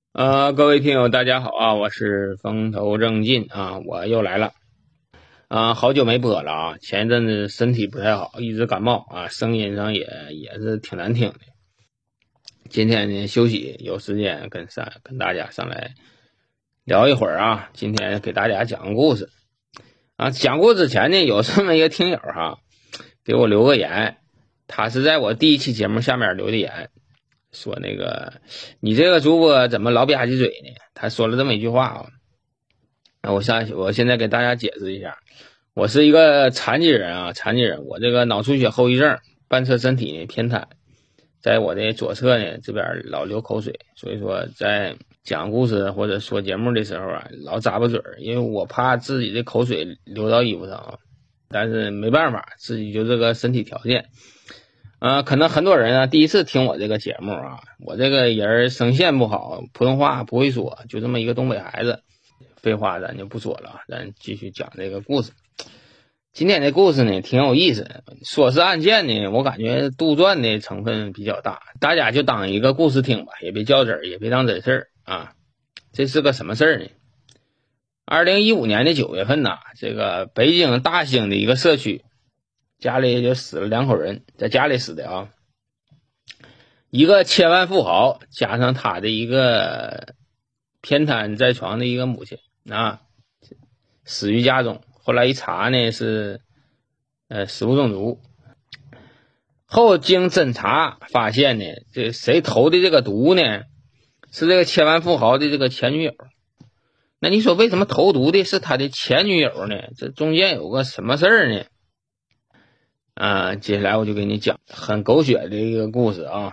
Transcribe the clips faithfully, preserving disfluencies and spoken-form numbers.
呃，各位听友，大家好啊，我是风头正劲啊，我又来了啊，好久没播了啊，前一阵子身体不太好，一直感冒啊，声音上也也是挺难听的。今天呢休息，有时间跟上跟大家上来聊一会儿啊，今天给大家讲个故事啊。讲故事之前呢，有这么一个听友哈，给我留个言，他是在我第一期节目下面留的言。说那个你这个主播怎么老吧唧嘴呢？他说了这么一句话啊，那我下我现在给大家解释一下，我是一个残疾人啊，残疾人，我这个脑出血后遗症，半侧身体呢偏瘫，在我的左侧呢这边老流口水，所以说在讲故事或者说节目的时候啊，老咂巴嘴儿，因为我怕自己的口水流到衣服上啊，但是没办法，自己就这个身体条件。呃，可能很多人啊第一次听我这个节目啊，我这个人声线不好，普通话不会说，就这么一个东北孩子。废话咱就不说了，咱继续讲这个故事。今天的故事呢挺有意思，说是案件呢，我感觉杜撰的成分比较大，大家就当一个故事听吧，也别较真儿，也别当真事儿啊。这是个什么事儿呢？二零一五年的九月份呐，这个北京大兴的一个社区，家里就死了两口人，在家里死的啊。一个千万富豪加上他的一个偏瘫在床的一个母亲啊，死于家中。后来一查呢是呃食物中毒。后经侦查发现呢，这谁投的这个毒呢？是这个千万富豪的这个前女友。那你说为什么投毒的是他的前女友呢？这中间有个什么事儿呢？啊，接下来我就给你讲很狗血的一个故事啊。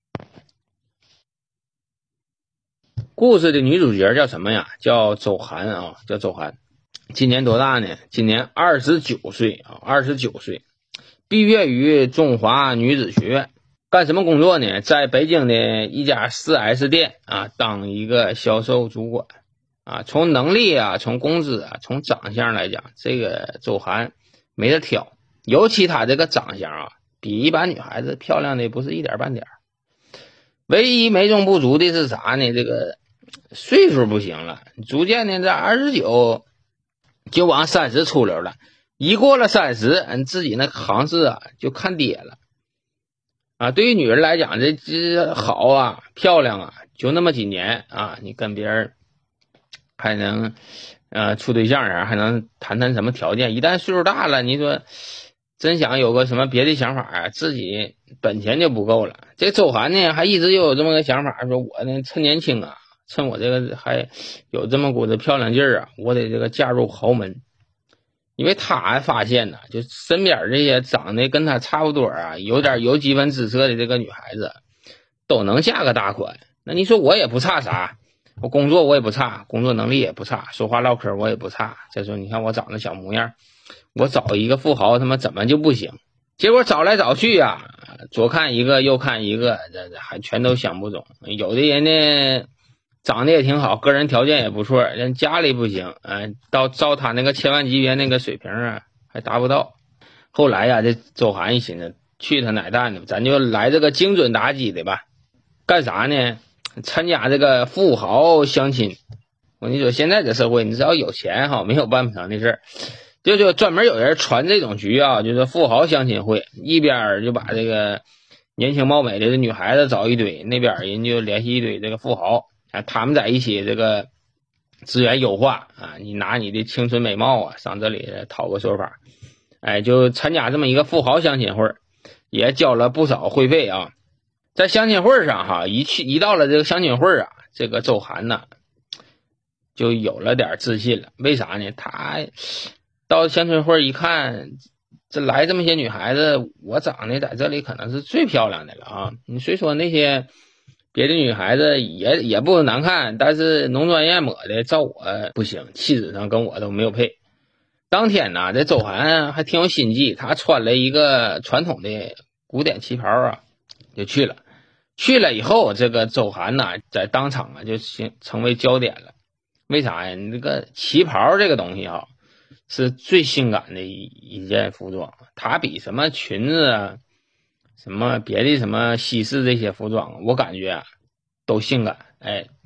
故事的女主角叫什么呀？叫周涵啊，叫周涵。今年多大呢？今年二十九岁啊，二十九岁，毕业于中华女子学院。干什么工作呢？在北京的一家 四 S 店啊，当一个销售主管啊。从能力啊，从工资啊，从长相来讲，这个周涵没得挑。尤其她这个长相啊，比一般女孩子漂亮的不是一点半点。唯一美中不足的是啥呢？这个岁数不行了，逐渐的在二十九就往三十出溜了。一过了三十，嗯，自己那行市啊就看跌了啊。对于女人来讲，这这好啊，漂亮啊，就那么几年啊，你跟别人还能呃处对象啊，还能谈谈什么条件？一旦岁数大了，你说真想有个什么别的想法啊，自己本钱就不够了。这周涵呢，还一直有这么个想法，说我呢趁年轻啊，趁我这个还有这么股子漂亮劲儿啊，我得这个嫁入豪门。因为他发现呢，就身边这些长得跟他差不多啊，有点有几分姿色的这个女孩子，都能嫁个大款。那你说我也不差啥，我工作我也不差，工作能力也不差，说话唠嗑我也不差。再说你看我长得小模样，我找一个富豪他妈怎么就不行？结果找来找去啊，左看一个右看一个，这这还全都想不中。有的人呢长得也挺好，个人条件也不错，人家里不行，嗯、呃，到照他那个千万级别那个水平啊，还达不到。后来呀、啊，这周涵一寻思，去他奶蛋的，咱就来这个精准打击的吧。干啥呢？参加这个富豪相亲。我跟你说，现在这社会，你只要有钱哈，没有办不成的事儿。就就专门有人传这种局啊，就是富豪相亲会，一边就把这个年轻貌美的女孩子找一堆，那边人就联系一堆这个富豪。啊，他们在一起这个资源优化啊，你拿你的青春美貌啊上这里讨个说法，哎，就参加这么一个富豪相亲会，也交了不少会费啊。在相亲会上哈，一去一到了这个相亲会啊，这个周涵呢就有了点自信了。为啥呢？他到相亲会一看，这来这么些女孩子，我长得在这里可能是最漂亮的了啊。你虽说那些别的女孩子也也不难看，但是浓妆艳抹的，照我不行，气质上跟我都没有配。当天呢，这周涵还挺有心计，他穿了一个传统的古典旗袍啊，就去了。去了以后，这个周涵呢，在当场啊就成为焦点了。为啥呀？你这个旗袍这个东西哈，是最性感的一一件服装，它比什么裙子啊，什么别的什么西式这些服装，我感觉啊都性感。哎，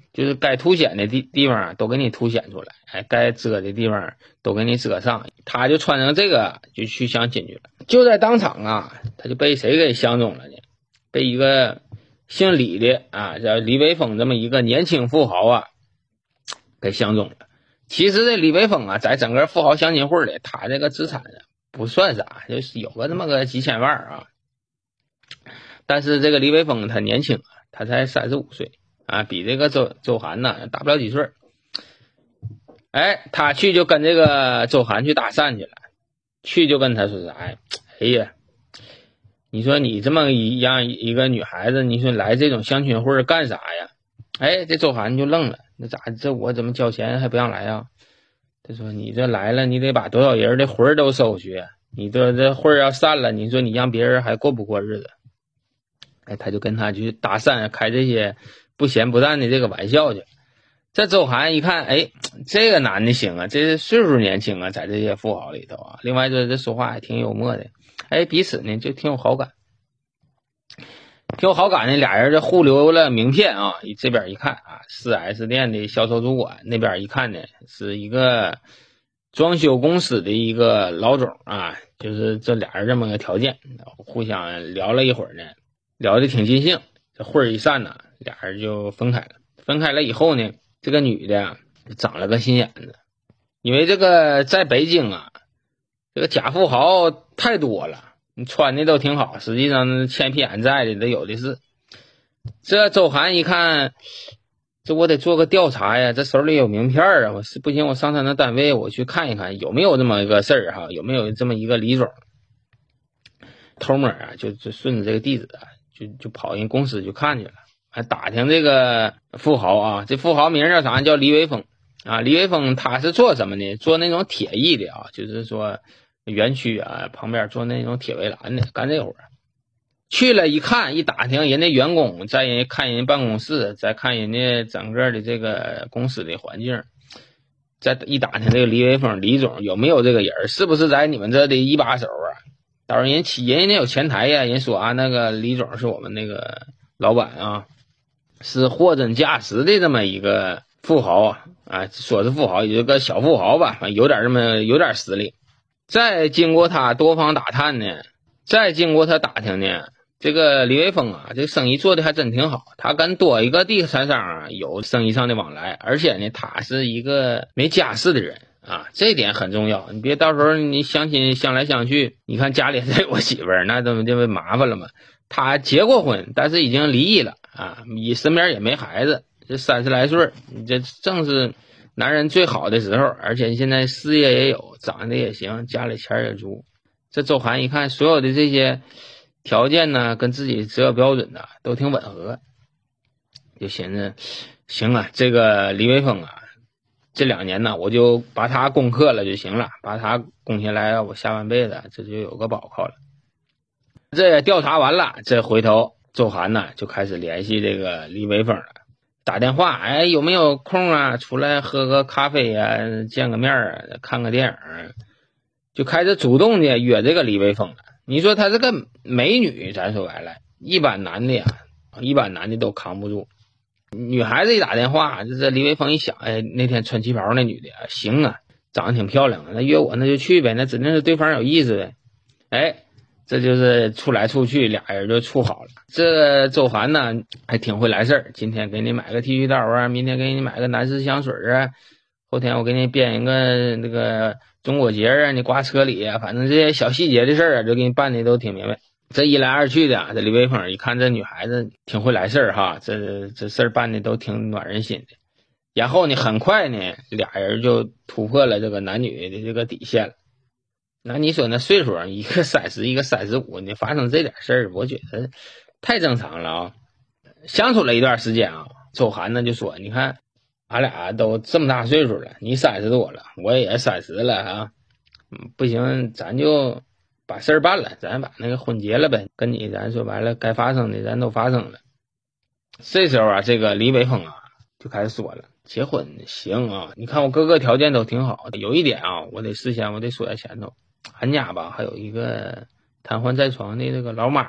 就是该凸显的地地方都给你凸显出来，哎，该遮的地方都给你遮上。他就穿成这个就去相亲去了，就在当场啊，他就被谁给相中了呢？被一个姓李的啊，叫李伟峰这么一个年轻富豪啊给相中了。其实这李伟峰啊，在整个富豪相亲会里，他这个资产不算啥，就是有个这么个几千万啊。但是这个李伟峰他年轻啊，他才三十五岁啊，比这个周周涵呢大不了几岁。哎，他去就跟这个周涵去搭讪去了，去就跟他说啥呀？哎呀，你说你这么一样一个女孩子，你说来这种相亲会干啥呀？哎，这周涵就愣了，那咋这我怎么交钱还不让来啊？他说你这来了，你得把多少人的魂都收去，你这这会要散了，你说你让别人还过不过日子？哎，他就跟他去搭讪，开这些不咸不淡的这个玩笑去。这周涵一看，哎，这个男的行啊，这岁数年轻啊，在这些富豪里头啊。另外这这说话还挺幽默的，哎，彼此呢就挺有好感，挺有好感的。俩人就互留了名片啊。这边一看啊，四 S 店的销售主管，那边一看呢，是一个装修公司的一个老总啊。就是这俩人这么个条件，互相聊了一会儿呢。聊得挺尽兴，这会儿一散呢，俩人就分开了。分开了以后呢，这个女的长了个心眼子，因为这个在北京啊，这个假富豪太多了，你穿的都挺好，实际上欠屁眼债的都有的是。这周涵一看，这我得做个调查呀，这手里有名片啊，我是不行，我上他那单位我去看一看有没有这么一个事儿哈，有没有这么一个李总。偷摸啊，就就顺着这个地址啊。就就跑人公司去看去了，还打听这个富豪啊，这富豪名叫啥？叫李伟峰啊。李伟峰他是做什么呢？做那种铁艺的啊，就是说园区啊旁边做那种铁围栏的，干这活儿。去了一看，一打听人家员工，在人看人办公室，再看人家整个的这个公司的环境，再一打听这个李伟峰李总有没有这个人，是不是在你们这的一把手啊？到时候人起人家有前台呀，人说啊，那个李总是我们那个老板啊，是货真价实的这么一个富豪啊，啊，说是富豪，也就个小富豪吧，有点这么有点实力。再经过他多方打探呢，再经过他打听呢，这个李伟峰啊，这生意做的还真挺好，他跟多一个地产商啊有生意上的往来，而且呢，他是一个没家室的人。啊，这点很重要，你别到时候你相亲相来相去，你看家里再有媳妇儿，那怎么就会麻烦了嘛？他结过婚，但是已经离异了啊，你身边也没孩子，这三十来岁，你这正是男人最好的时候，而且现在事业也有，长得也行，家里钱也足。这周涵一看，所有的这些条件呢，跟自己择偶标准呢都挺吻合，就寻思，行啊，这个李伟峰啊。这两年呢，我就把他攻克了就行了，把他攻下来，我下半辈子这就有个宝靠了。这也调查完了，这回头周涵呢就开始联系这个李伟峰了，打电话，哎，有没有空啊？出来喝个咖啡啊，见个面啊，看个电影，就开始主动的约这个李伟峰了。你说他这个美女，咱说白了，一般男的呀，一般男的都扛不住。女孩子一打电话，这这李伟峰一想，哎，那天穿旗袍那女的行啊，长得挺漂亮，那约我那就去呗，那指定是对方有意思呗。哎，这就是处来处去，俩人就处好了。这周涵呢还挺会来事儿，今天给你买个剃须刀啊，明天给你买个男士香水啊，后天我给你编一个那个中国结啊，你挂车里啊，反正这些小细节的事儿啊，就给你办的都挺明白。这一来二去的，这李伟峰一看这女孩子挺会来事儿哈，这这事儿办的都挺暖人心的。然后呢，很快呢，俩人就突破了这个男女的这个底线了。那你说那岁数，一个三十，一个三十五，你发生这点事儿，我觉得太正常了啊。相处了一段时间啊，周涵呢就说：“你看，俺俩都这么大岁数了，你三十多了，我也三十了啊，嗯，不行，咱就。”把事儿办了，咱把那个婚结了呗，跟你咱说白了，该发生的咱都发生了。这时候啊，这个李伟峰啊就开始说了，结婚行啊，你看我各个条件都挺好，有一点啊，我得事先我得说在前头，俺家吧还有一个瘫痪在床的这个老妈呢，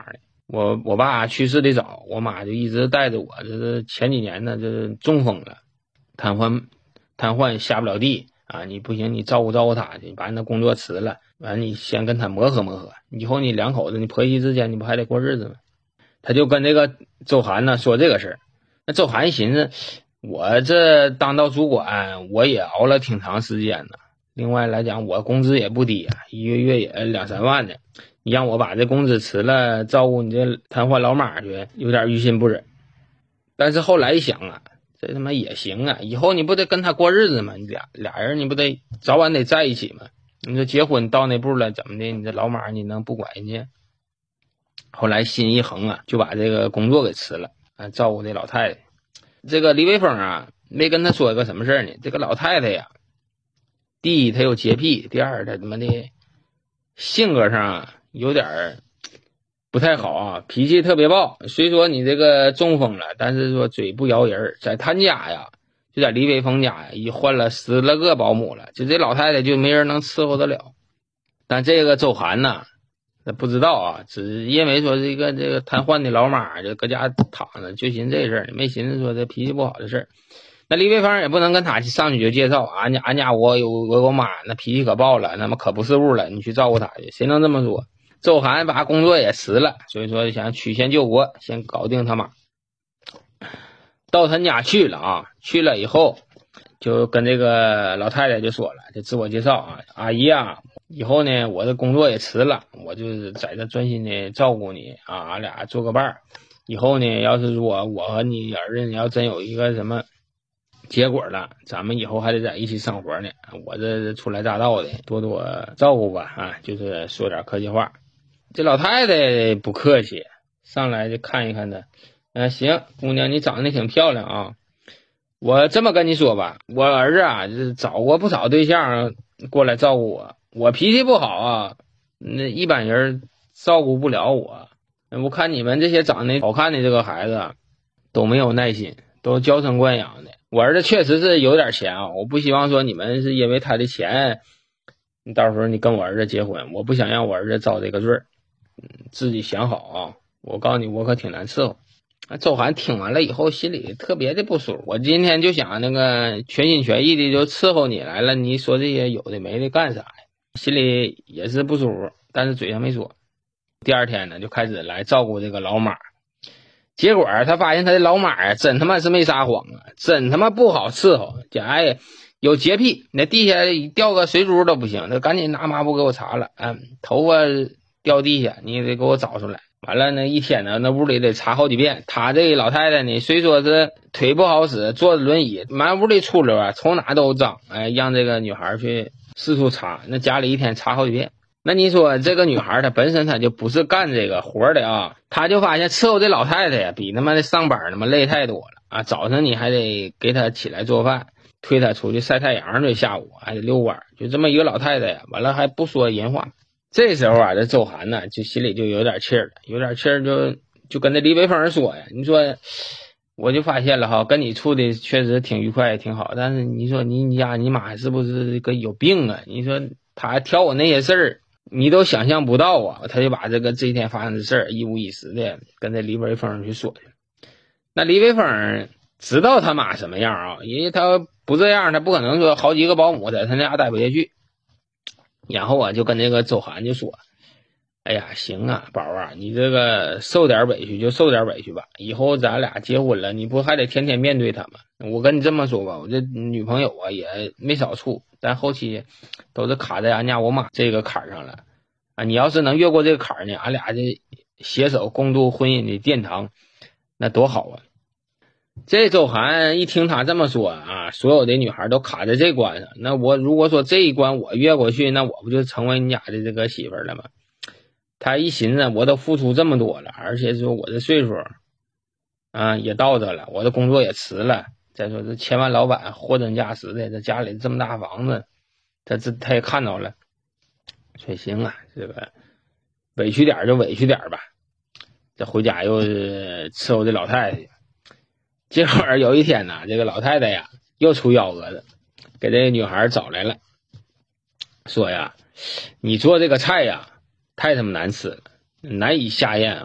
我我爸去世的早，我妈就一直带着我，这是前几年呢，就是中风了，瘫痪，瘫痪下不了地啊！你不行，你照顾照顾他去，把你的工作辞了，完你先跟他磨合磨合，以后你两口子，你婆媳之间，你不还得过日子吗？他就跟这个周涵呢说这个事儿。那周涵寻思，我这当到主管，我也熬了挺长时间呢。另外来讲，我工资也不低啊，一个月也两三万的。你让我把这工资辞了，照顾你这瘫痪老妈去，有点于心不忍。但是后来一想啊，这他妈也行啊，以后你不得跟他过日子吗？你俩俩人你不得早晚得在一起吗？你说结婚到那步了，怎么的？你这老妈你能不管人家？后来心一横啊，就把这个工作给辞了啊，照顾这老太太。这个李伟峰啊，没跟他说个什么事呢？这个老太太呀，第一她有洁癖，第二她他妈的性格上啊有点不太好啊，脾气特别暴。虽说你这个中风了，但是说嘴不饶人。在他家呀，就在李伟峰家呀，已换了十来个保姆了，就这老太太就没人能伺候得了。但这个周涵呢，那不知道啊，只因为说这个这个瘫痪的老妈就搁家躺着，就寻这事儿，没寻思说这脾气不好的事儿。那李伟峰也不能跟他上去就介绍，俺家俺家我有我我妈那脾气可暴了，那么可不是物了，你去照顾她去，谁能这么说？周涵把工作也辞了，所以说想曲线救国，先搞定他妈。到他家去了啊，去了以后就跟这个老太太就说了，就自我介绍啊，阿姨啊，以后呢我的工作也辞了，我就是在这专心的照顾你啊，俺俩做个伴儿。以后呢，要是说我和你儿子要真有一个什么结果了，咱们以后还得在一起生活呢。我这初来乍到的，多多照顾吧啊，就是说点客气话。这老太太不客气，上来就看一看她，嗯、呃，行，姑娘你长得挺漂亮啊。我这么跟你说吧，我儿子啊，就是找过不少对象过来照顾我，我脾气不好啊，那一般人照顾不了我。我看你们这些长得好看的这个孩子都没有耐心，都娇生惯养的。我儿子确实是有点钱啊，我不希望说你们是因为他的钱，你到时候你跟我儿子结婚，我不想让我儿子遭这个罪儿。嗯，自己想好啊！我告诉你，我可挺难伺候。周涵听完了以后，心里特别的不舒服。我今天就想那个全心全意的就伺候你来了，你说这些有的没的干啥呀？心里也是不舒服，但是嘴上没说。第二天呢，就开始来照顾这个老马。结果他发现他的老马呀，真他妈是没撒谎啊，真他妈不好伺候。这哎，有洁癖，那地下掉个水珠都不行，他赶紧拿抹布给我擦了。嗯，头发掉地下，你得给我找出来。完了那一天呢，那屋里得擦好几遍。他这个老太太呢，虽说是腿不好使，坐着轮椅，满屋里出溜啊，从哪都脏。哎，让这个女孩去四处擦，那家里一天擦好几遍。那你说这个女孩她本身她就不是干这个活的啊，她就发现伺候这老太太呀，比他妈的上班他妈累太多了啊！早上你还得给她起来做饭，推她出去晒太阳去，下午还得遛弯，就这么一个老太太呀，完了还不说人话。这时候啊，这周涵呢就心里就有点气儿了，有点气儿就就跟这李伟峰说呀，你说我就发现了哈，跟你处的确实挺愉快挺好，但是你说你你家你妈是不是个有病啊？你说她挑我那些事儿你都想象不到啊。他就把这个这一天发生的事儿一五一十的跟这李伟峰去说去。那李伟峰知道他妈什么样啊，因为他不这样他不可能说好几个保姆在他家待不下去。然后啊就跟那个周涵就说，哎呀行啊宝啊，你这个受点委屈就受点委屈吧，以后咱俩结婚了你不还得天天面对他吗？我跟你这么说吧，我这女朋友啊也没少处，但后期都是卡在俺家我妈这个坎上了啊，你要是能越过这个坎呢，俺俩就携手共度婚姻的殿堂，那多好啊。这周涵一听他这么说啊，所有的女孩都卡在这关上，那我如果说这一关我越过去，那我不就成为你家的这个媳妇了吗？他一寻思，我都付出这么多了，而且说我这岁数啊也到这了，我的工作也辞了，再说这千万老板货真价实的，这家里这么大房子，他这他也看到了，所以行啊，这个委屈点就委屈点吧，这回家又是伺候这老太太。结果有一天呢，这个老太太呀又出幺蛾子，给这个女孩找来了，说呀，你做这个菜呀太他妈难吃了，难以下咽啊！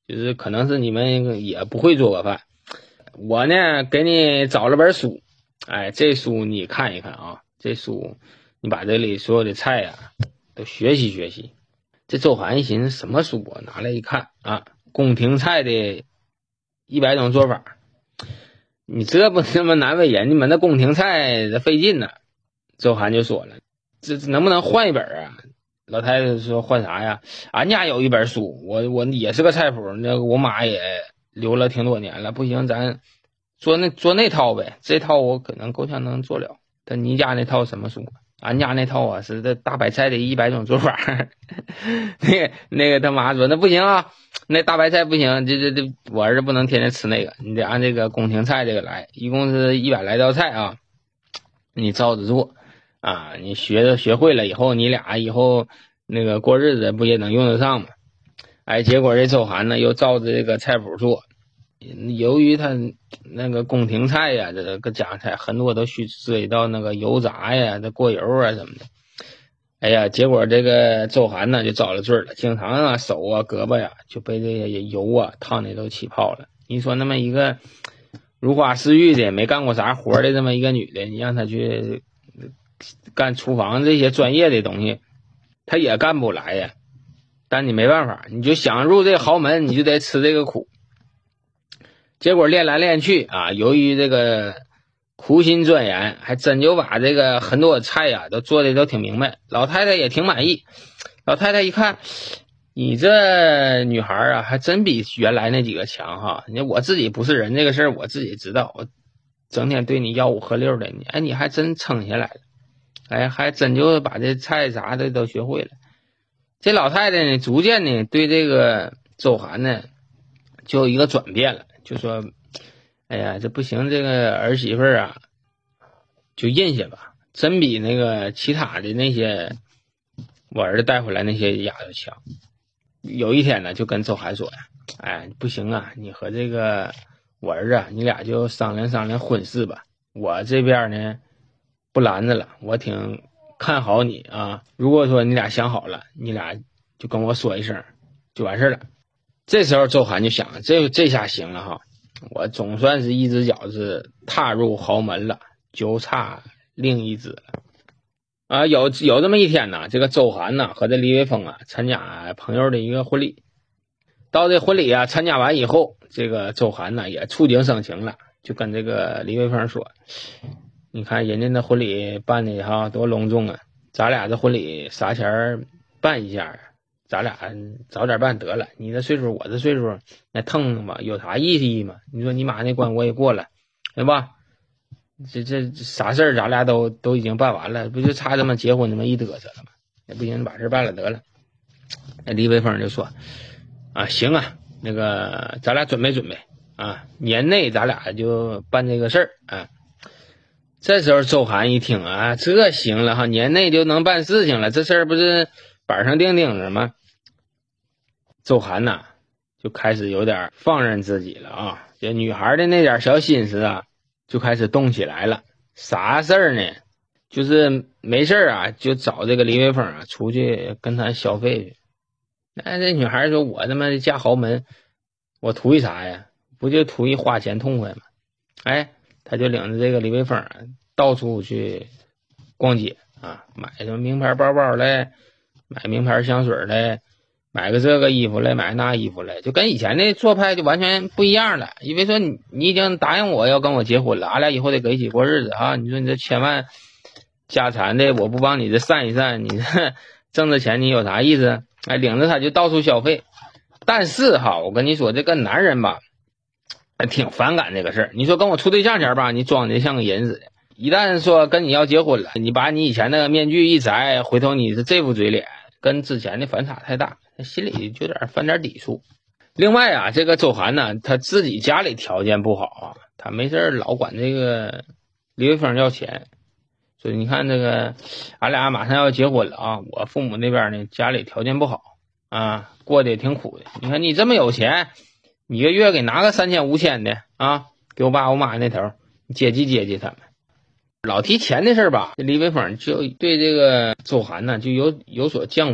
就是可能是你们也不会做个饭。我呢给你找了本书，哎，这书你看一看啊，这书你把这里所有的菜呀、啊、都学习学习。这周涵一寻思什么书啊，拿来一看啊，宫廷菜的一百种做法。你这不那么难为人家吗？那宫廷菜这费劲呢。周涵就说了，这能不能换一本啊？老太太说换啥呀？俺家有一本书，我我也是个菜谱，那我妈也留了挺多年了，不行咱做那做那套呗，这套我可能够呛能做了。但你家那套什么书？俺家那套啊是这大白菜的一百种做法。那个那个他妈说那不行啊，那大白菜不行，这这这我儿子不能天天吃那个，你得按这个宫廷菜这个来，一共是一百来道菜啊，你照着做啊，你学学会了以后，你俩以后那个过日子不也能用得上吗？哎，结果这周涵呢又照着这个菜谱做。由于他那个宫廷菜呀，这个家菜很多都需涉及到那个油炸呀、这过油啊什么的。哎呀，结果这个周涵呢就遭了罪了，经常啊手啊胳膊呀就被这些油啊烫的都起泡了。你说那么一个如花似玉的没干过啥活的这么一个女的，你让她去干厨房这些专业的东西，她也干不来呀。但你没办法，你就想入这个豪门，你就得吃这个苦。结果练来练去啊，由于这个苦心钻研，还真就把这个很多菜呀、啊、都做的都挺明白，老太太也挺满意。老太太一看，你这女孩啊，还真比原来那几个强哈！你我自己不是人这个事儿，我自己知道，我整天对你吆五喝六的，你哎，你还真撑下来了，哎，还真就把这菜啥的都学会了。这老太太呢，逐渐呢对这个周涵呢，就有一个转变了。就说哎呀这不行，这个儿媳妇啊就认下吧，真比那个其他的那些我儿子带回来那些丫头强。有一天呢就跟周涵说呀，哎不行啊，你和这个我儿子啊你俩就商量商量婚事吧，我这边呢不拦着了，我挺看好你啊，如果说你俩想好了，你俩就跟我说一声就完事了。这时候周涵就想，这这下行了哈，我总算是一只脚是踏入豪门了，就差另一只了啊。有有这么一天呢，这个周涵呢和这李伟峰啊参加朋友的一个婚礼。到这婚礼啊参加完以后，这个周涵呢也触景生情了，就跟这个李伟峰说，你看人家那婚礼办的哈多隆重啊，咱俩这婚礼啥钱办一下啊，咱俩早点办得了，你这岁数我这岁数那腾腾吧，有啥意义吗？你说你妈那关我也过了，对吧？这这啥事儿咱俩都都已经办完了，不就差这么结婚这么一嘚瑟了吗？那不行，把事办了得了。那李伟峰就说啊，行啊，那个咱俩准备准备啊，年内咱俩就办这个事儿啊。这时候周涵一听啊，这行了哈，年内就能办事情了，这事儿不是板上钉钉了吗？周涵呐就开始有点放任自己了啊，这女孩的那点小心思啊就开始动起来了。啥事儿呢？就是没事啊就找这个李伟峰啊出去跟他消费去。那这女孩说，我他妈嫁豪门，我图一啥呀？不就图一花钱痛快吗？哎，他就领着这个李伟峰啊到处去逛街啊，买什么名牌包包嘞，买名牌香水嘞，买个这个衣服嘞，买个那衣服嘞，就跟以前的做派就完全不一样了。因为说你你已经答应我要跟我结婚了，俺俩以后得搁一起过日子啊。你说你这千万家产的我不帮你这散一散，你这挣的钱你有啥意思？哎，领着他就到处消费。但是哈，我跟你说，这个男人吧，挺反感这个事儿。你说跟我处对象前吧，你装的像个人似的。一旦说跟你要结婚了，你把你以前那个面具一摘，回头你是这副嘴脸，跟之前的反差太大，心里就有点犯点抵触。另外啊，这个周涵呢，他自己家里条件不好啊，他没事老管这个李伟峰要钱。所以你看这个，俺俩马上要结婚了啊，我父母那边呢家里条件不好啊，过得也挺苦的。你看你这么有钱，你一个月给拿个三千五千的啊，给我爸我妈那头接济接济他们。老提钱的事吧，这李伟峰就对这个周涵呢就有有所降温了。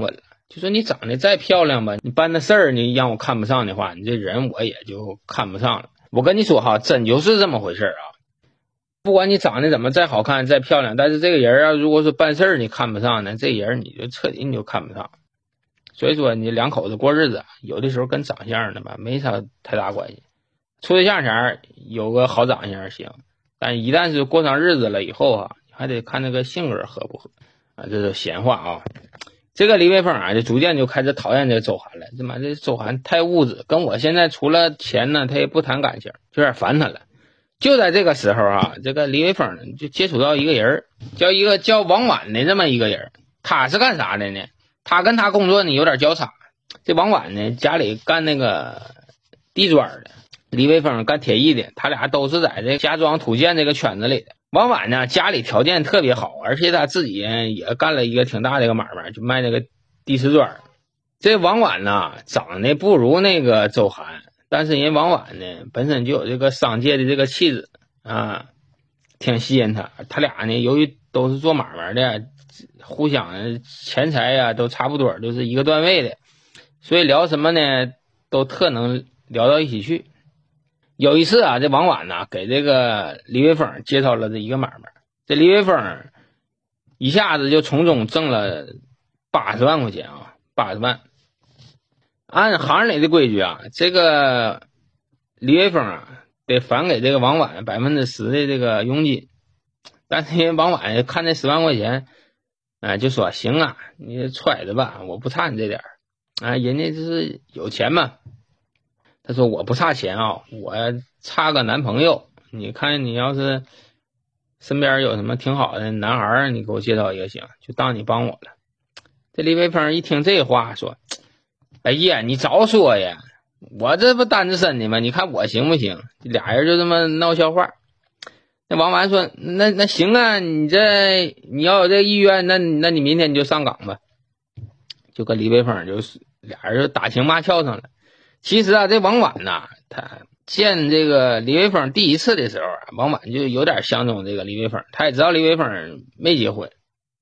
就说你长得再漂亮吧，你办的事儿你让我看不上的话，你这人我也就看不上了。我跟你说哈，真就是这么回事啊。不管你长得怎么再好看再漂亮，但是这个人啊，如果说办事儿你看不上呢，这人你就彻底你就看不上。所以说你两口子过日子，有的时候跟长相的吧没啥太大关系。处对象前有个好长相行，但一旦是过上日子了以后啊，还得看那个性格合不合啊。这是闲话啊。这个李卫峰啊，就逐渐就开始讨厌这个周涵了。他妈这周涵太物质，跟我现在除了钱呢，他也不谈感情，有点烦他了。就在这个时候啊，这个李卫峰呢就接触到一个人，叫一个叫王婉的这么一个人。他是干啥的呢？他跟他工作呢有点交叉。这王婉呢家里干那个地砖的，李卫峰干铁艺的，他俩都是在这家装土建这个圈子里的。王婉呢家里条件特别好，而且他自己也干了一个挺大的一个买卖，就卖那个地瓷砖。这王婉呢长得不如那个周涵，但是人王婉呢本身就有这个商界的这个气质啊，挺吸引他。他俩呢由于都是做买卖的，互相钱财啊都差不多，都是一个段位的，所以聊什么呢都特能聊到一起去。有一次啊，这王婉呢给这个李卫峰介绍了这一个买卖，这李卫峰一下子就从中挣了八十万块钱啊，八十万。按行里的规矩啊，这个李卫峰啊得返给这个王婉百分之十的这个佣金，但是人王婉看这十万块钱，啊、呃、就说行啊，你揣着吧，我不差你这点啊，人家就是有钱嘛。他说我不差钱啊，我差个男朋友，你看你要是身边有什么挺好的男孩，你给我介绍一个行，就当你帮我了。这李卫峰一听这话说，哎呀你早说呀，我这不单着身的吗？你看我行不行？俩人就这么闹笑话。那王婉说那那行啊，你这你要有这意愿，那那你明天你就上岗吧。就跟李卫峰就是俩人就打情骂俏上了。其实啊，这王婉呐，他见这个李卫峰第一次的时候啊，王婉就有点相中这个李卫峰，他也知道李卫峰没结婚。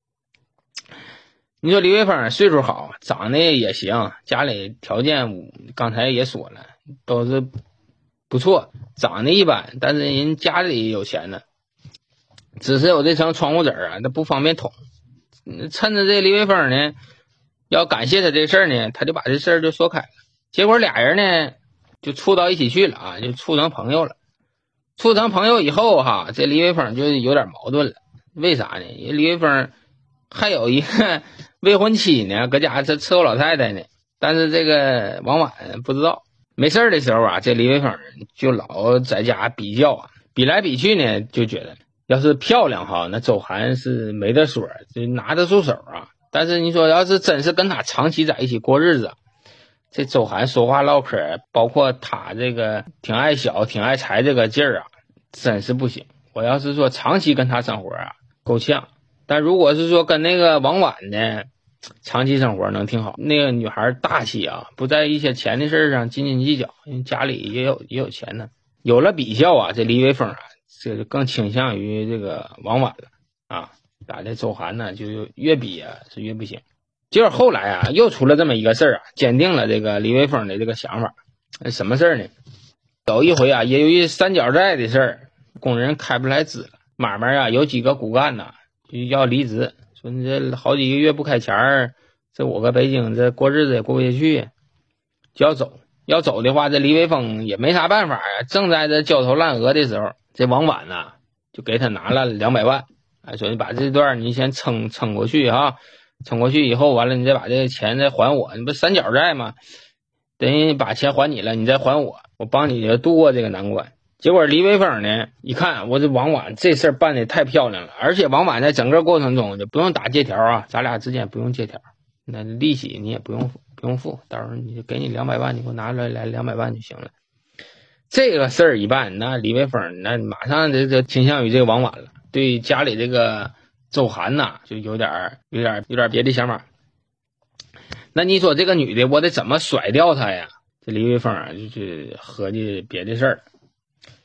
你说李卫峰岁数好，长得也行，家里条件刚才也说了，都是不错，长得一般，但是人家里有钱呢，只是有这层窗户纸啊，他不方便捅。趁着这李卫峰呢要感谢他这事儿呢，他就把这事儿就说开了。结果俩人呢就处到一起去了啊，就处成朋友了。处成朋友以后哈，这李卫峰就有点矛盾了。为啥呢？因为李卫峰还有一个未婚妻呢，搁家是伺候老太太呢。但是这个王婉不知道。没事的时候啊，这李卫峰就老在家比较啊，比来比去呢，就觉得要是漂亮哈，那周涵是没得说，就拿得出手啊。但是你说要是真是跟他长期在一起过日子，这周涵说话唠嗑，包括他这个挺爱小挺爱财这个劲儿啊，真是不行。我要是说长期跟他生活啊，够呛。但如果是说跟那个王婉呢，长期生活能挺好。那个女孩大气啊，不在一些钱的事上斤斤计较，因为家里也有也有钱呢。有了比较啊，这李卫峰啊，这就更倾向于这个王婉了啊。打这周涵呢，就越比啊是越不行。结果后来啊，又出了这么一个事儿啊，坚定了这个李卫峰的这个想法。什么事儿呢？有一回啊，也由于三角债的事儿，工人开不出来支了，买卖啊有几个骨干呐就要离职，说你这好几个月不开钱儿，这我搁北京这过日子也过不下去，就要走。要走的话，这李卫峰也没啥办法啊。正在这焦头烂额的时候，这王婉呐就给他拿了两百万，哎，说你把这段你先撑撑过去哈。撑过去以后，完了你再把这个钱再还我，你不三角债吗？等于把钱还你了，你再还我，我帮你度过这个难关。结果李卫峰呢一看，我这王婉这事儿办得太漂亮了，而且王婉在整个过程中就不用打借条啊，咱俩之间不用借条，那利息你也不用不用付，到时候你就给你两百万，你给我拿出来来两百万就行了。这个事儿一办，那李卫峰那马上这这倾向于这个王婉了，对家里这个周涵呐，就有点有点有点别的想法。那你说这个女的，我得怎么甩掉她呀？这李卫峰啊，就是合计别的事儿，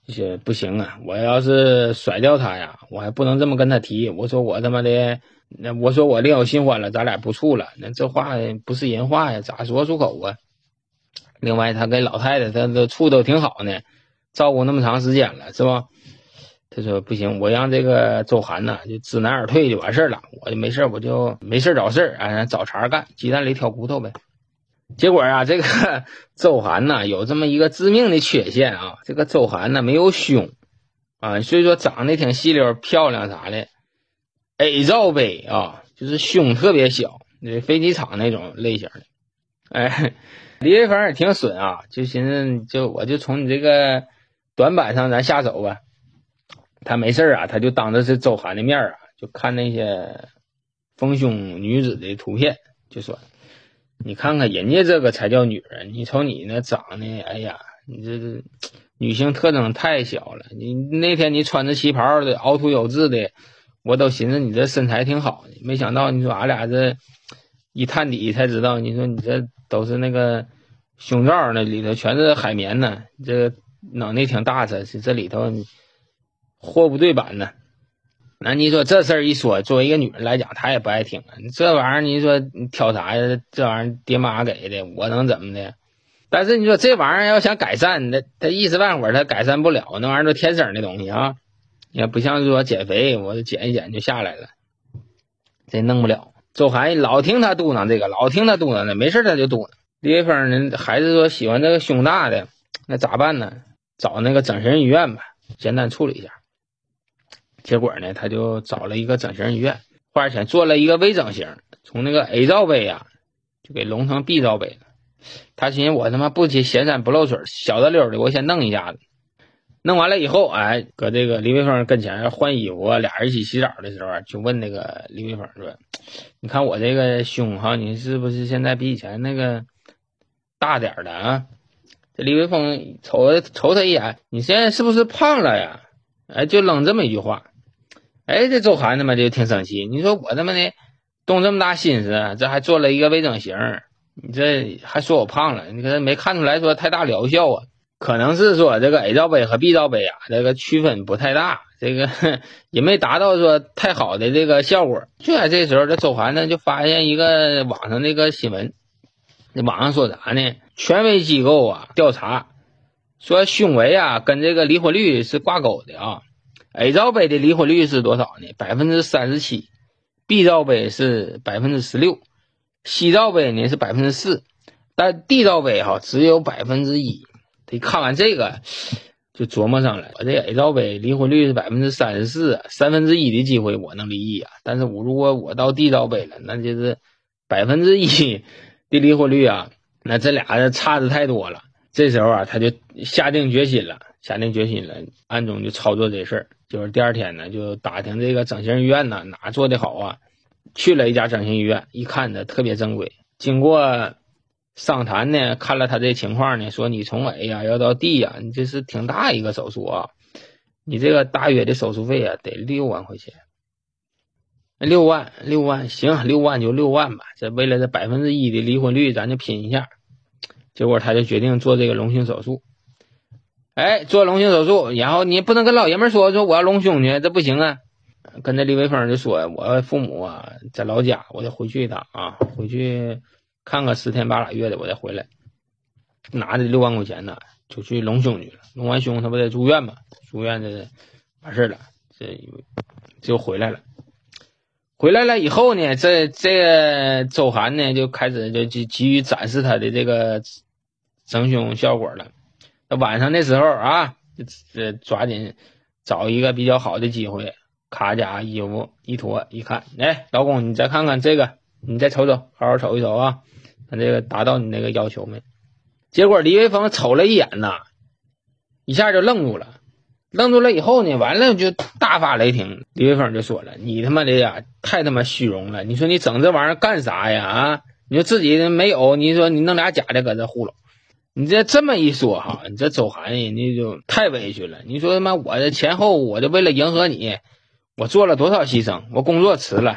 就说不行啊，我要是甩掉他呀，我还不能这么跟他提。我说我他妈的，那我说我另有新欢了，咱俩不处了，那这话不是人话呀，咋说出口啊？另外，他跟老太太他都处都挺好呢，照顾那么长时间了，是吧？他说不行，我让这个周涵呐就知难而退就完事了，我就没事我就没事找事啊，找茬干，鸡蛋里挑骨头呗。结果啊，这个周涵呐有这么一个致命的缺陷啊，这个周涵呢没有胸啊，所以说长得挺细溜漂亮啥的 ，A 罩杯啊，就是胸特别小，那飞机场那种类型的。哎，李维峰也挺损啊，就寻思就我就从你这个短板上咱下手吧。他没事啊，他就当着是周涵的面啊，就看那些丰胸女子的图片，就说你看看人家这个才叫女人，你瞅你那长得，哎呀，你这这女性特征太小了。你那天你穿着旗袍的凹凸有致的，我都寻思你这身材挺好的，没想到你说俺俩这一探底才知道，你说你这都是那个胸罩，那里头全是海绵呢，这脑袋挺大的，这里头货不对版呢。那你说这事儿一说，作为一个女人来讲，她也不爱听啊。这玩意儿你说你挑啥呀？这玩意儿爹妈给的，我能怎么的？但是你说这玩意儿要想改善，那他一时半会儿他改善不了，那玩意儿都天生的东西啊，也不像说减肥，我减一减就下来了，这弄不了。周涵老听他嘟囔这个，老听他嘟囔的，没事他就嘟囔。李维峰呢，还是说喜欢这个胸大的，那咋办呢？找那个整形医院吧，简单处理一下。结果呢，他就找了一个整形医院，花钱做了一个微整形，从那个 A 罩杯啊，就给隆成 B 罩杯了。他寻思我他妈不显山不漏水，小的溜的，我先弄一下子。弄完了以后，哎，搁这个李维峰跟前换衣服，俩人一起洗澡的时候，就问那个李维峰说：“你看我这个胸哈，你是不是现在比以前那个大点的啊？”这李维峰瞅瞅他一眼：“你现在是不是胖了呀？”哎，就扔这么一句话。哎，这周涵他妈就挺生气，你说我他妈的动这么大心思，这还做了一个微整形，你这还说我胖了，你可能没看出来说太大疗效啊？可能是说这个 A 罩杯和 B 罩杯啊，这个区分不太大，这个也没达到说太好的这个效果。就在这时候，这周涵呢就发现一个网上那个新闻，这网上说啥呢？权威机构啊调查说胸围啊跟这个离婚率是挂钩的啊。A 罩杯的离婚率是多少呢？百分之三十七 ，B 罩杯是百分之十六 ，C 罩杯呢是百分之四，但 D 罩杯哈只有百分之一。他看完这个就琢磨上来，我这 A 罩杯离婚率是百分之三十四，三分之一的机会我能离异啊，但是我如果我到 D 罩杯了，那就是百分之一的离婚率啊，那这俩差的太多了。这时候啊，他就下定决心了，下定决心了，暗中就操作这事儿。就是第二天呢，就打听这个整形医院呢哪做的好啊，去了一家整形医院，一看呢特别正规。经过商谈呢，看了他这情况呢，说你从 A 呀要到 D 呀，你这是挺大一个手术啊，你这个大约的手术费啊得六万块钱。六万，六万，行，六万就六万吧。这为了这百分之一的离婚率，咱就拼一下。结果他就决定做这个隆胸手术。哎，做隆胸手术，然后你不能跟老爷们说说我要隆胸去，这不行啊。跟着李维峰就说，我父母啊在老家，我得回去一趟啊，回去看个十天八拉月的，我再回来。拿着六万块钱呢，就去隆胸去了。隆完胸他不得住院嘛？住院这完事了，这就回来了。回来了以后呢，这这周涵呢就开始就急急于展示他的这个整胸效果了。晚上的时候啊，就抓紧找一个比较好的机会，卡夹衣服一脱，一看，哎，老公，你再看看这个，你再瞅瞅，好好瞅一瞅啊，看这个达到你那个要求没？结果李维峰瞅了一眼呐，一下就愣住了。愣住了以后呢，完了就大发雷霆。李维峰就说了：“你他妈的呀，太他妈虚荣了！你说你整这玩意儿干啥呀？啊，你说自己没有，你说你弄俩假的搁这糊弄。你这这么一说哈，你这周涵人家就太委屈了。你说他妈我的前后，我就为了迎合你，我做了多少牺牲，我工作辞了，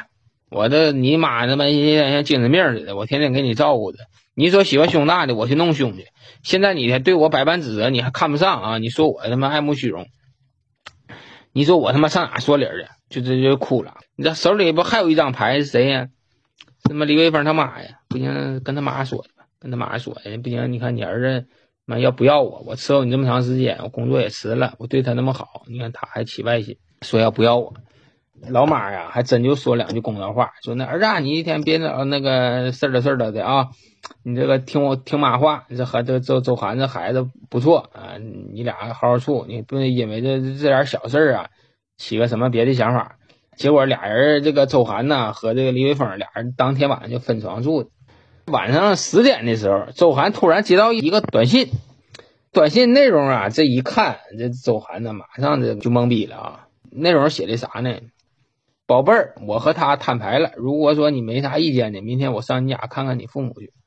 我这你妈他妈像精神病似的，我天天给你照顾着。你说喜欢胸大的，我去弄胸去。现在你还对我百般指责，你还看不上啊？你说我他妈爱慕虚荣，你说我他妈上哪说理去？就这就哭了。你这手里不还有一张牌是谁呀？他妈李威风他妈呀！不行，跟他妈说的吧，跟他妈说的。不行，你看你儿子妈要不要我？我伺候你这么长时间，我工作也辞了，我对他那么好，你看他还起外心，说要不要我。老妈呀，还真就说两句公道话，说那儿子、啊，你一天别老那个事儿了事儿了的啊，你这个听我听妈话，这和这周周涵这孩子不错啊，你俩好好处，你不能因为这这点小事啊，起个什么别的想法。结果俩人这个周涵呢和这个李伟峰俩人当天晚上就分床住的。晚上十点的时候，周涵突然接到一个短信，短信内容啊，这一看，这周涵呢马上这就懵逼了啊。内容写的啥呢？宝贝儿，我和他摊牌了，如果说你没啥意见呢，明天我上你家看看你父母去。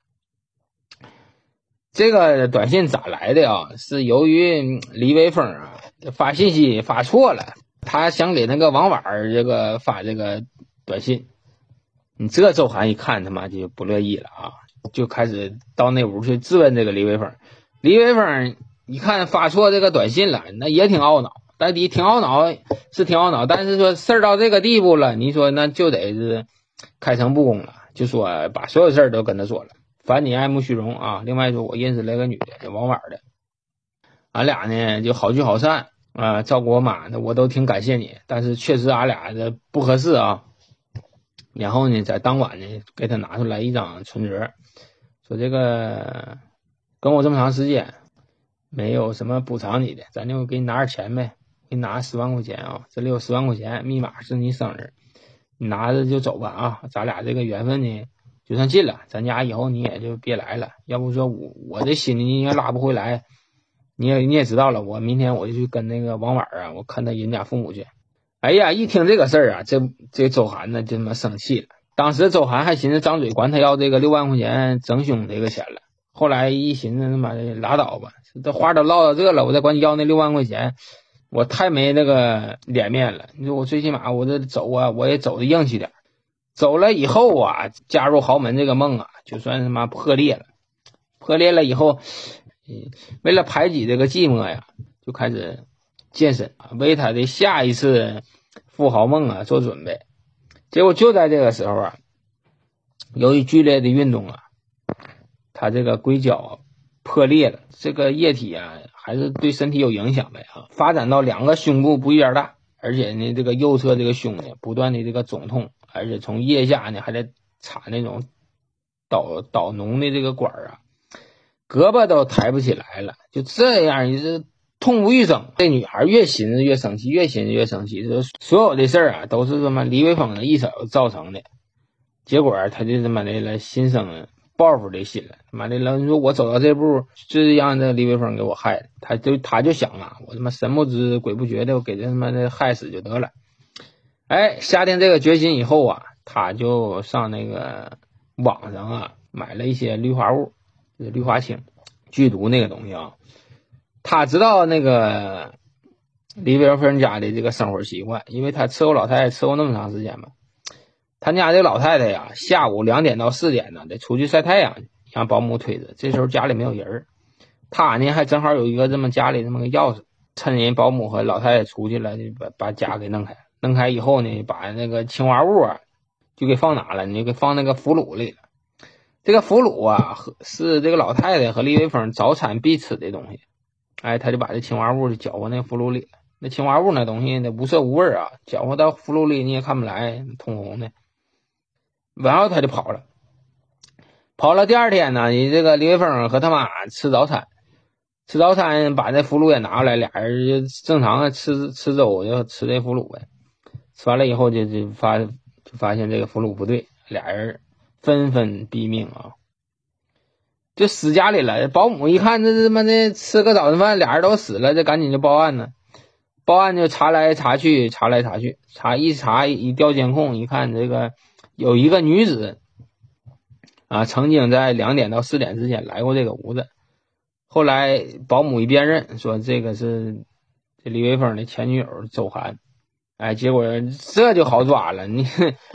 这个短信咋来的啊？是由于李伟峰啊发信息发错了，他想给那个王婉这个发这个短信。你这周涵一看他妈就不乐意了啊，就开始到那屋去质问这个李伟峰。李伟峰一看发错这个短信了，那也挺懊恼。但你挺懊恼是挺懊恼，但是说事儿到这个地步了，你说那就得是开诚布公了，就说把所有事儿都跟他说了。反你爱慕虚荣啊！另外说我认识了个女的，叫王婉的，俺俩呢就好聚好散啊，照顾我妈，那我都挺感谢你。但是确实俺俩这不合适啊。然后呢，在当晚呢给他拿出来一张存折，说这个跟我这么长时间，没有什么补偿你的，咱就给你拿点钱呗。给你拿十万块钱啊，这里有十万块钱，密码是你生日，你拿着就走吧啊！咱俩这个缘分呢，就算尽了，咱家以后你也就别来了。要不说我我这心里你也拉不回来，你也你也知道了，我明天我就去跟那个王婉啊，我看他人家父母去。哎呀，一听这个事儿啊，这这周涵呢就他妈生气了。当时周涵还寻思张嘴管他要这个六万块钱整胸这个钱了，后来一寻思他妈的拉倒吧，这话都唠到这了，我再管你要那六万块钱。我太没那个脸面了，你说我最起码我这走啊，我也走的硬气点。走了以后啊，加入豪门这个梦啊，就算他妈破裂了。破裂了以后，为了排挤这个寂寞呀，就开始健身啊，为他的下一次富豪梦啊做准备。结果就在这个时候啊，由于剧烈的运动啊，他这个硅胶啊破裂了，这个液体啊还是对身体有影响的啊，发展到两个胸部不一样大，而且呢这个右侧这个胸呢不断的这个肿痛，而且从腋下呢还得插那种导导脓的这个管啊，胳膊都抬不起来了，就这样也是痛不欲生。这女孩越寻思越生气，越寻思越生气，所有的事儿啊都是他妈李伟峰的一手造成的。结果他就他妈的了心生报复的心了，他妈的了，你说我走到这步，就是让这李伟峰给我害的，他就他就想啊，我他妈神不知鬼不觉的，我给这他妈的害死就得了。哎，下定这个决心以后啊，他就上那个网上啊买了一些氯化物，就是氯化氢，剧毒那个东西啊。他知道那个李伟峰家的这个生活习惯，因为他伺候老太太伺候那么长时间嘛。他家这老太太呀，下午两点到四点呢，得出去晒太阳，让保姆推着。这时候家里没有人，他呢还正好有一个这么家里这么个钥匙，趁人保姆和老太太出去了，就把把家给弄开。弄开以后呢，把那个氰化物啊，就给放哪了？你就给放那个腐乳里了。这个腐乳啊，是这个老太太和李伟峰早餐必吃的东西。哎，他就把这氰化物就搅和那个腐乳里了。那氰化物那东西那无色无味啊，搅和到腐乳里你也看不来，通红的。然后他就跑了，跑了。第二天呢，你这个李伟峰和他妈吃早餐，吃早餐把这腐乳也拿过来，俩人就正常的吃吃粥，就吃这腐乳呗。吃完了以后就就发就发现这个腐乳不对，俩人纷纷毙命啊，就死家里了。保姆一看这他妈的吃个早餐饭，俩人都死了，这赶紧就报案呢。报案就查来查去，查来查去，查一查一调监控，一看这个有一个女子啊，曾经在两点到四点之间来过这个屋子。后来保姆一辨认，说这个是这李伟峰的前女友周涵。哎，结果这就好抓了。你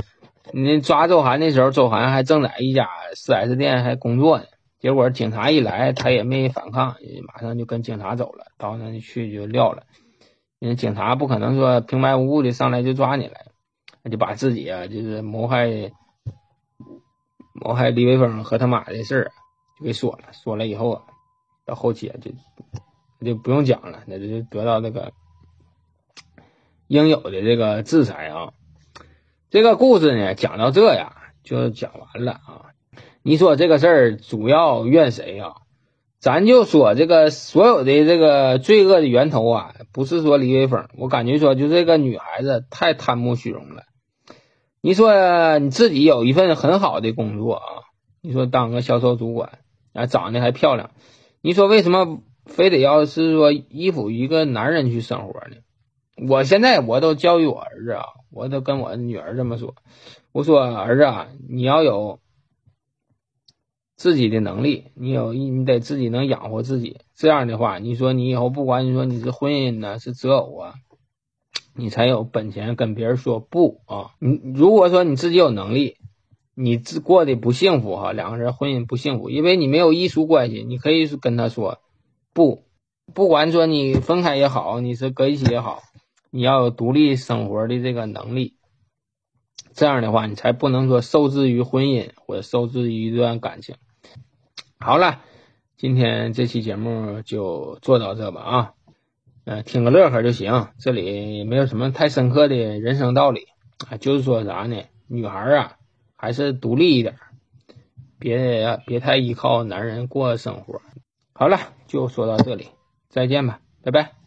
你抓周涵的时候，周涵还正在一家 四 S 店还工作呢。结果警察一来，他也没反抗，马上就跟警察走了，到那里去就撂了。因为警察不可能说平白无故的上来就抓你来，他就把自己啊就是谋害谋害李伟峰和他妈的事儿就给说了，说了以后啊，到后期啊就就不用讲了，那就得到这个应有的这个制裁啊。这个故事呢讲到这呀就讲完了啊。你说这个事儿主要怨谁啊？咱就说这个所有的这个罪恶的源头啊，不是说李伟峰，我感觉说就这个女孩子太贪慕虚荣了。你说你自己有一份很好的工作啊，你说当个销售主管啊，长得还漂亮，你说为什么非得要是说依附一个男人去生活呢？我现在我都教育我儿子啊，我都跟我女儿这么说，我说儿子啊，你要有自己的能力，你有你得自己能养活自己，这样的话，你说你以后不管你说你是婚姻呢是择偶啊，你才有本钱跟别人说不啊。你如果说你自己有能力，你自过得不幸福哈，两个人婚姻不幸福，因为你没有依属关系，你可以跟他说不，不管说你分开也好，你是搁一起也好，你要有独立生活的这个能力，这样的话你才不能说受制于婚姻或者受制于一段感情。好了，今天这期节目就做到这吧啊，呃，听个乐呵就行，这里没有什么太深刻的人生道理啊，就是说啥呢，女孩啊还是独立一点，别别太依靠男人过生活。好了，就说到这里，再见吧，拜拜。